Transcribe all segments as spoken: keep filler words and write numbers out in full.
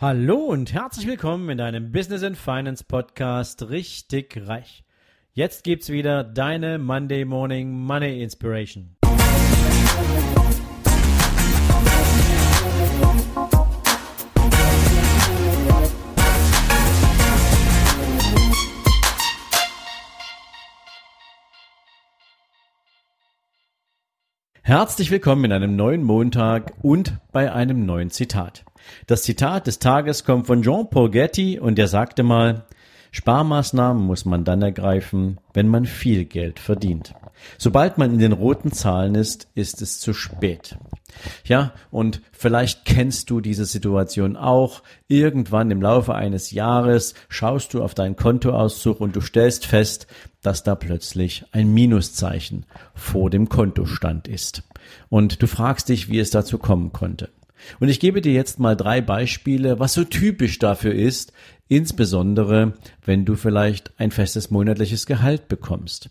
Hallo und herzlich willkommen in deinem Business and Finance Podcast Richtig Reich. Jetzt gibt's wieder deine Monday Morning Money Inspiration. Herzlich willkommen in einem neuen Montag und bei einem neuen Zitat. Das Zitat des Tages kommt von Jean-Paul Getty und er sagte mal: Sparmaßnahmen muss man dann ergreifen, wenn man viel Geld verdient. Sobald man in den roten Zahlen ist, ist es zu spät. Ja, und vielleicht kennst du diese Situation auch. Irgendwann im Laufe eines Jahres schaust du auf deinen Kontoauszug und du stellst fest, dass da plötzlich ein Minuszeichen vor dem Kontostand ist. Und du fragst dich, wie es dazu kommen konnte. Und ich gebe dir jetzt mal drei Beispiele, was so typisch dafür ist, insbesondere wenn du vielleicht ein festes monatliches Gehalt bekommst.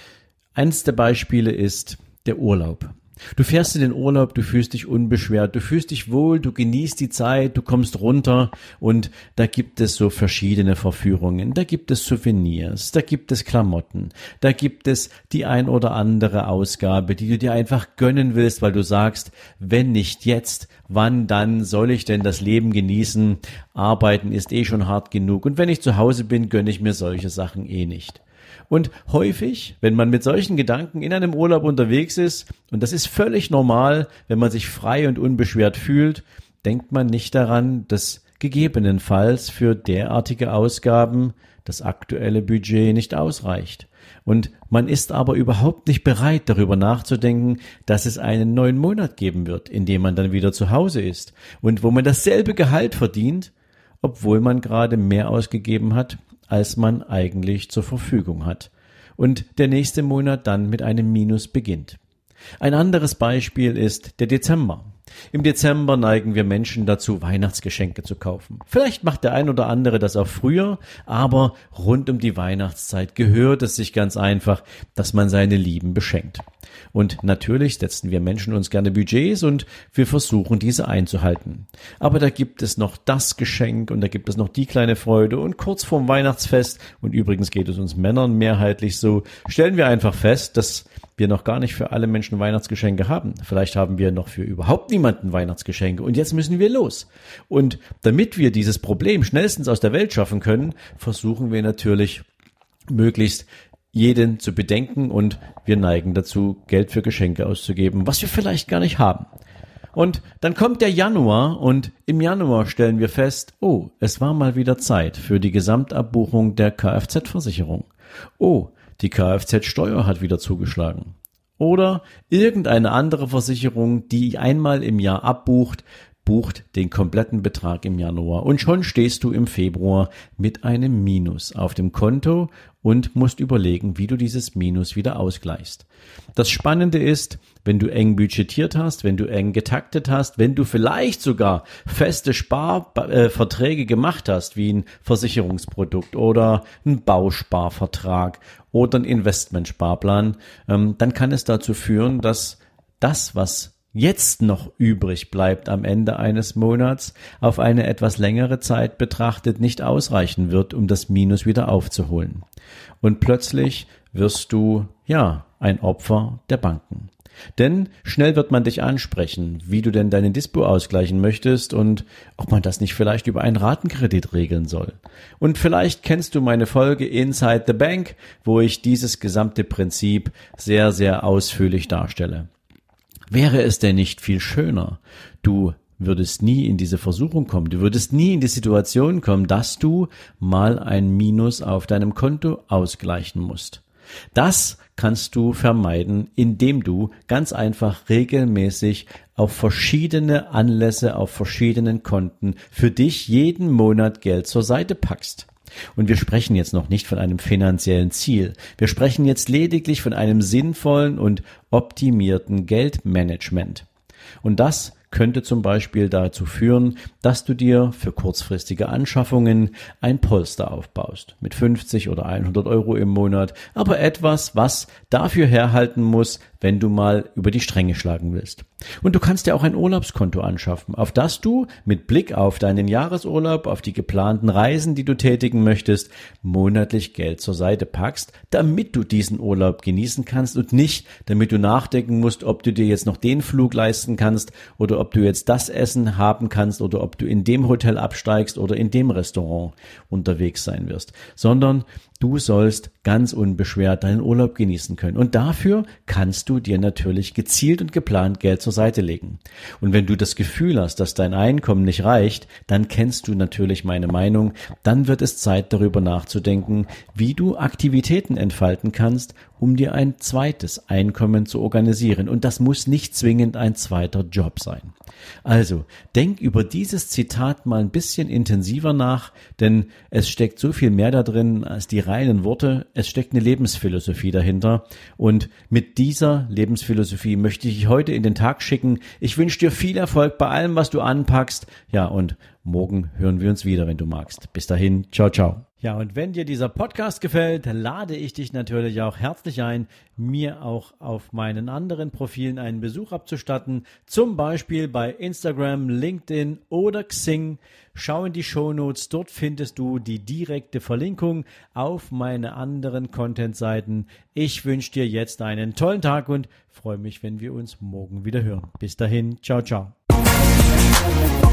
Eines der Beispiele ist der Urlaub. Du fährst in den Urlaub, du fühlst dich unbeschwert, du fühlst dich wohl, du genießt die Zeit, du kommst runter und da gibt es so verschiedene Verführungen, da gibt es Souvenirs, da gibt es Klamotten, da gibt es die ein oder andere Ausgabe, die du dir einfach gönnen willst, weil du sagst, wenn nicht jetzt, wann dann soll ich denn das Leben genießen? Arbeiten ist eh schon hart genug und wenn ich zu Hause bin, gönne ich mir solche Sachen eh nicht. Und häufig, wenn man mit solchen Gedanken in einem Urlaub unterwegs ist, und das ist völlig normal, wenn man sich frei und unbeschwert fühlt, denkt man nicht daran, dass gegebenenfalls für derartige Ausgaben das aktuelle Budget nicht ausreicht. Und man ist aber überhaupt nicht bereit, darüber nachzudenken, dass es einen neuen Monat geben wird, in dem man dann wieder zu Hause ist und wo man dasselbe Gehalt verdient, obwohl man gerade mehr ausgegeben hat, als man eigentlich zur Verfügung hat. Und der nächste Monat dann mit einem Minus beginnt. Ein anderes Beispiel ist der Dezember. Im Dezember neigen wir Menschen dazu, Weihnachtsgeschenke zu kaufen. Vielleicht macht der ein oder andere das auch früher, aber rund um die Weihnachtszeit gehört es sich ganz einfach, dass man seine Lieben beschenkt. Und natürlich setzen wir Menschen uns gerne Budgets und wir versuchen, diese einzuhalten. Aber da gibt es noch das Geschenk und da gibt es noch die kleine Freude und kurz vorm Weihnachtsfest, und übrigens geht es uns Männern mehrheitlich so, stellen wir einfach fest, dass wir noch gar nicht für alle Menschen Weihnachtsgeschenke haben. Vielleicht haben wir noch für überhaupt niemanden Weihnachtsgeschenke und jetzt müssen wir los. Und damit wir dieses Problem schnellstens aus der Welt schaffen können, versuchen wir natürlich möglichst jeden zu bedenken und wir neigen dazu, Geld für Geschenke auszugeben, was wir vielleicht gar nicht haben. Und dann kommt der Januar und im Januar stellen wir fest, oh, es war mal wieder Zeit für die Gesamtabbuchung der Kfz-Versicherung. Oh, die Kfz-Steuer hat wieder zugeschlagen. Oder irgendeine andere Versicherung, die einmal im Jahr abbucht, bucht den kompletten Betrag im Januar und schon stehst du im Februar mit einem Minus auf dem Konto und musst überlegen, wie du dieses Minus wieder ausgleichst. Das Spannende ist, wenn du eng budgetiert hast, wenn du eng getaktet hast, wenn du vielleicht sogar feste Sparverträge gemacht hast, wie ein Versicherungsprodukt oder ein Bausparvertrag oder ein Investmentsparplan, dann kann es dazu führen, dass das, was jetzt noch übrig bleibt am Ende eines Monats, auf eine etwas längere Zeit betrachtet nicht ausreichen wird, um das Minus wieder aufzuholen. Und plötzlich wirst du, ja, ein Opfer der Banken. Denn schnell wird man dich ansprechen, wie du denn deinen Dispo ausgleichen möchtest und ob man das nicht vielleicht über einen Ratenkredit regeln soll. Und vielleicht kennst du meine Folge Inside the Bank, wo ich dieses gesamte Prinzip sehr, sehr ausführlich darstelle. Wäre es denn nicht viel schöner? Du würdest nie in diese Versuchung kommen, du würdest nie in die Situation kommen, dass du mal ein Minus auf deinem Konto ausgleichen musst. Das kannst du vermeiden, indem du ganz einfach regelmäßig auf verschiedene Anlässe, auf verschiedenen Konten für dich jeden Monat Geld zur Seite packst. Und wir sprechen jetzt noch nicht von einem finanziellen Ziel. Wir sprechen jetzt lediglich von einem sinnvollen und optimierten Geldmanagement. Und das könnte zum Beispiel dazu führen, dass du dir für kurzfristige Anschaffungen ein Polster aufbaust. Mit fünfzig oder hundert Euro im Monat. Aber etwas, was dafür herhalten muss, wenn du mal über die Stränge schlagen willst. Und du kannst dir auch ein Urlaubskonto anschaffen, auf das du mit Blick auf deinen Jahresurlaub, auf die geplanten Reisen, die du tätigen möchtest, monatlich Geld zur Seite packst, damit du diesen Urlaub genießen kannst und nicht, damit du nachdenken musst, ob du dir jetzt noch den Flug leisten kannst oder ob du jetzt das Essen haben kannst oder ob du in dem Hotel absteigst oder in dem Restaurant unterwegs sein wirst, sondern du sollst ganz unbeschwert deinen Urlaub genießen können. Und dafür kannst du dir natürlich gezielt und geplant Geld zur Seite legen. Und wenn du das Gefühl hast, dass dein Einkommen nicht reicht, dann kennst du natürlich meine Meinung. Dann wird es Zeit, darüber nachzudenken, wie du Aktivitäten entfalten kannst, um dir ein zweites Einkommen zu organisieren. Und das muss nicht zwingend ein zweiter Job sein. Also, denk über dieses Zitat mal ein bisschen intensiver nach, denn es steckt so viel mehr da drin als die reinen Worte. Es steckt eine Lebensphilosophie dahinter. Und mit dieser Lebensphilosophie möchte ich dich heute in den Tag schicken. Ich wünsche dir viel Erfolg bei allem, was du anpackst. Ja, und morgen hören wir uns wieder, wenn du magst. Bis dahin, ciao, ciao. Ja, und wenn dir dieser Podcast gefällt, lade ich dich natürlich auch herzlich ein, mir auch auf meinen anderen Profilen einen Besuch abzustatten, zum Beispiel bei Instagram, LinkedIn oder Xing. Schau in die Shownotes, dort findest du die direkte Verlinkung auf meine anderen Content-Seiten. Ich wünsche dir jetzt einen tollen Tag und freue mich, wenn wir uns morgen wieder hören. Bis dahin, ciao, ciao.